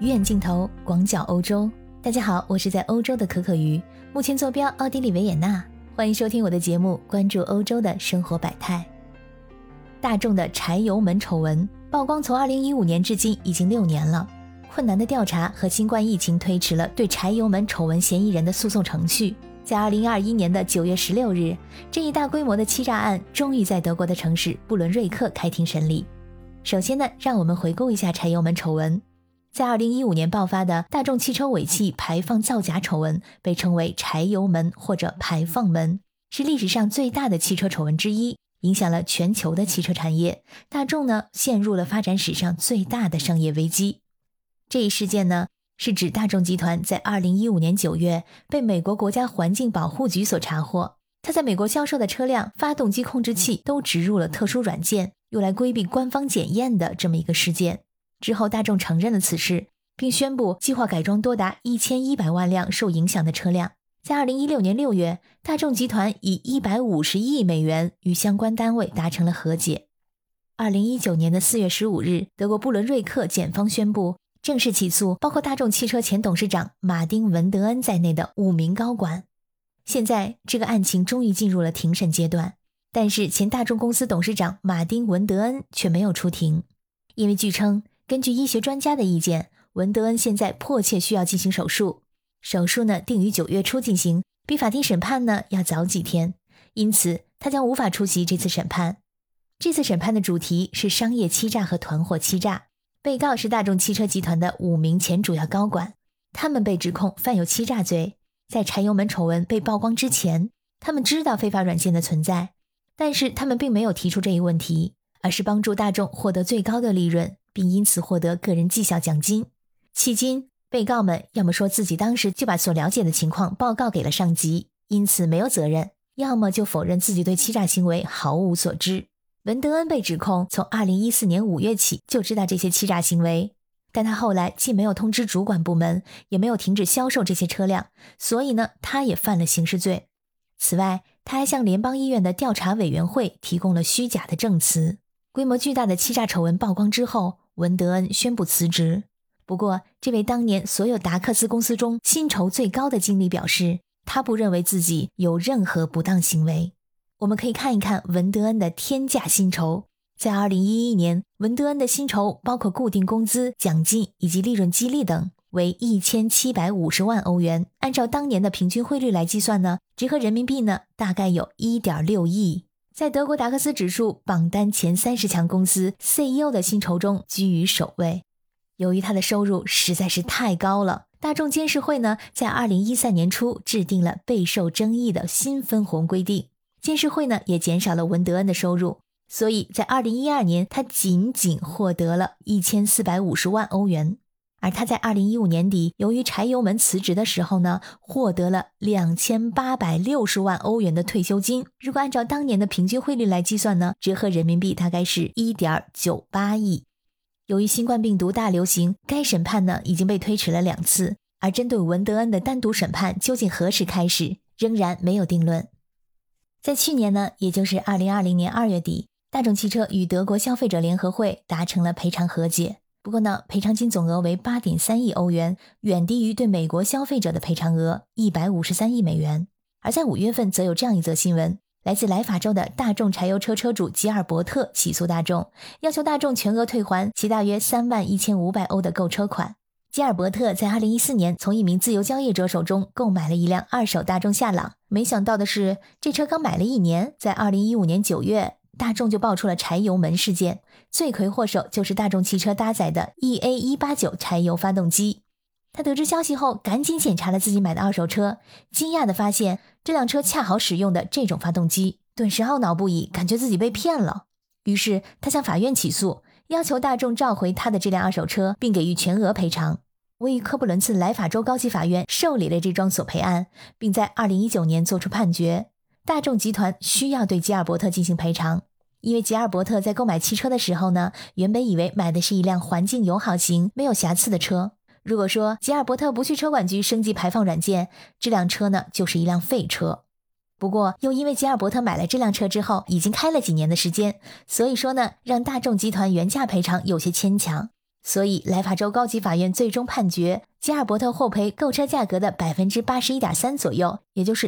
鱼眼镜头，广角欧洲。大家好，我是在欧洲的可可鱼，目前坐标奥地利维也纳。欢迎收听我的节目，关注欧洲的生活百态。大众的柴油门丑闻曝光，从2015年至今已经6年了。困难的调查和新冠疫情推迟了对柴油门丑闻嫌疑人的诉讼程序。在2021年的9月16日，这一大规模的欺诈案终于在德国的城市布伦瑞克开庭审理。首先呢，让我们回顾一下柴油门丑闻。在2015年爆发的大众汽车尾气排放造假丑闻，被称为柴油门或者排放门，是历史上最大的汽车丑闻之一，影响了全球的汽车产业。大众呢，陷入了发展史上最大的商业危机。这一事件呢，是指大众集团在2015年9月被美国国家环境保护局所查获，他在美国销售的车辆发动机控制器都植入了特殊软件，用来规避官方检验的这么一个事件。之后大众承认了此事，并宣布计划改装多达1100万辆受影响的车辆。在2016年6月，大众集团以150亿美元与相关单位达成了和解。2019年的4月15日，德国布伦瑞克检方宣布正式起诉包括大众汽车前董事长马丁·文德恩在内的5名高管。现在这个案情终于进入了庭审阶段，但是前大众公司董事长马丁·文德恩却没有出庭，因为据称根据医学专家的意见，文德恩现在迫切需要进行手术。手术呢定于9月初进行，比法庭审判呢要早几天，因此他将无法出席这次审判。这次审判的主题是商业欺诈和团伙欺诈，被告是大众汽车集团的5名前主要高管，他们被指控犯有欺诈罪。在柴油门丑闻被曝光之前，他们知道非法软件的存在，但是他们并没有提出这一问题，而是帮助大众获得最高的利润，并因此获得个人绩效奖金。迄今，被告们要么说自己当时就把所了解的情况报告给了上级，因此没有责任，要么就否认自己对欺诈行为毫无所知。文德恩被指控从2014年5月起就知道这些欺诈行为，但他后来既没有通知主管部门，也没有停止销售这些车辆，所以呢，他也犯了刑事罪。此外，他还向联邦医院的调查委员会提供了虚假的证词。规模巨大的欺诈丑闻曝光之后，文德恩宣布辞职。不过，这位当年所有达克斯公司中薪酬最高的经理表示，他不认为自己有任何不当行为。我们可以看一看文德恩的天价薪酬。在2011年，文德恩的薪酬包括固定工资、奖金以及利润激励等，为1750万欧元。按照当年的平均汇率来计算呢，折合人民币呢，大概有 1.6 亿。在德国达克斯指数榜单前30强公司 CEO 的薪酬中居于首位。由于他的收入实在是太高了，大众监事会呢，在2013年初制定了备受争议的新分红规定。监事会呢，也减少了文德恩的收入，所以在2012年他仅获得了1450万欧元。而他在2015年底由于柴油门辞职的时候呢，获得了2860万欧元的退休金。如果按照当年的平均汇率来计算呢，折合人民币大概是 1.98 亿。由于新冠病毒大流行，该审判呢已经被推迟了2次，而针对文德恩的单独审判究竟何时开始，仍然没有定论。在去年呢，也就是2020年2月底，大众汽车与德国消费者联合会达成了赔偿和解。不过呢，赔偿金总额为 8.3 亿欧元，远低于对美国消费者的赔偿额153亿美元。而在5月份则有这样一则新闻，来自莱法州的大众柴油车车主吉尔伯特起诉大众，要求大众全额退还其大约31500欧的购车款。吉尔伯特在2014年从一名自由交易者手中购买了一辆2手大众夏朗，没想到的是，这车刚买了1年，在2015年9月，大众就爆出了柴油门事件，罪魁祸首就是大众汽车搭载的 EA189 柴油发动机。他得知消息后，赶紧检查了自己买的2手车，惊讶地发现这辆车恰好使用的这种发动机，顿时懊恼不已，感觉自己被骗了。于是他向法院起诉，要求大众召回他的这辆2手车，并给予全额赔偿。位于科布伦茨莱法州高级法院受理了这桩索赔案，并在2019年作出判决，大众集团需要对吉尔伯特进行赔偿。因为吉尔伯特在购买汽车的时候呢，原本以为买的是一辆环境友好型、没有瑕疵的车。如果说吉尔伯特不去车管局升级排放软件，这辆车呢就是一辆废车。不过又因为吉尔伯特买了这辆车之后已经开了几年的时间，所以说呢让大众集团原价赔偿有些牵强。 所以莱法州高级法院最终判决吉尔伯特获赔购车价格的 81.3% 左右，也就是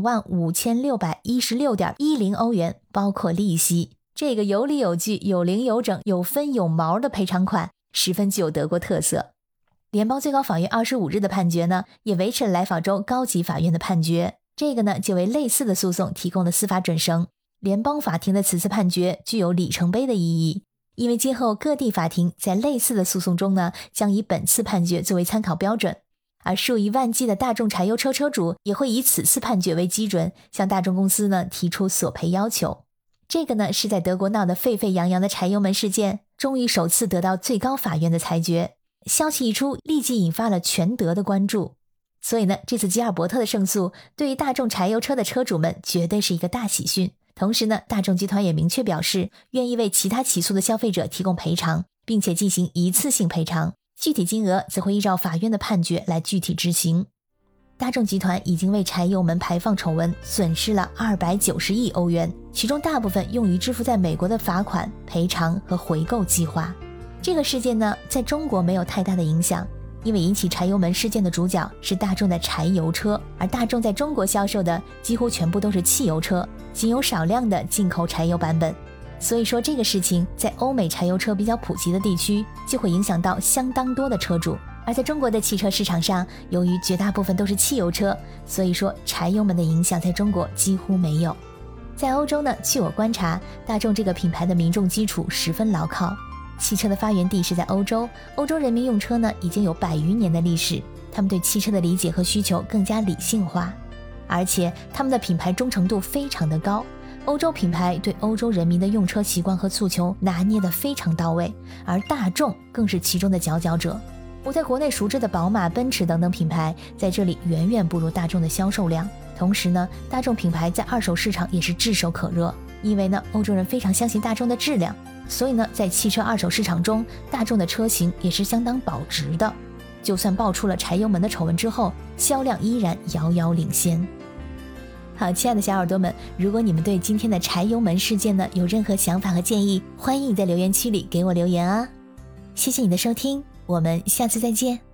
25,616.10 欧元，包括利息。这个有理有据、有零有整、有分有毛的赔偿款十分具有德国特色。联邦最高法院25日的判决呢，也维持了莱法州高级法院的判决，这个呢就为类似的诉讼提供了司法准绳。联邦法庭的此次判决具有里程碑的意义，因为今后各地法庭在类似的诉讼中呢，将以本次判决作为参考标准，而数以万计的大众柴油车车主也会以此次判决为基准，向大众公司呢提出索赔要求。这个呢是在德国闹得沸沸扬扬的柴油门事件，终于首次得到最高法院的裁决。消息一出，立即引发了全德的关注。所以呢，这次吉尔伯特的胜诉对于大众柴油车的车主们绝对是一个大喜讯。同时呢，大众集团也明确表示愿意为其他起诉的消费者提供赔偿，并且进行一次性赔偿，具体金额则会依照法院的判决来具体执行。大众集团已经为柴油门排放丑闻损失了290亿欧元，其中大部分用于支付在美国的罚款、赔偿和回购计划。这个事件呢，在中国没有太大的影响，因为引起柴油门事件的主角是大众的柴油车，而大众在中国销售的几乎全部都是汽油车，仅有少量的进口柴油版本。所以说这个事情在欧美柴油车比较普及的地区，就会影响到相当多的车主。而在中国的汽车市场上，由于绝大部分都是汽油车，所以说柴油门的影响在中国几乎没有。在欧洲呢，据我观察，大众这个品牌的民众基础十分牢靠。汽车的发源地是在欧洲，欧洲人民用车呢已经有100余年的历史，他们对汽车的理解和需求更加理性化，而且他们的品牌忠诚度非常的高。欧洲品牌对欧洲人民的用车习惯和诉求拿捏得非常到位，而大众更是其中的佼佼者。我在国内熟知的宝马、奔驰等等品牌在这里远远不如大众的销售量。同时呢，大众品牌在二手市场也是炙手可热，因为呢，欧洲人非常相信大众的质量，所以呢，在汽车二手市场中，大众的车型也是相当保值的。就算爆出了柴油门的丑闻之后，销量依然遥遥领先。好，亲爱的小耳朵们，如果你们对今天的柴油门事件呢有任何想法和建议，欢迎你在留言区里给我留言啊！谢谢你的收听，我们下次再见。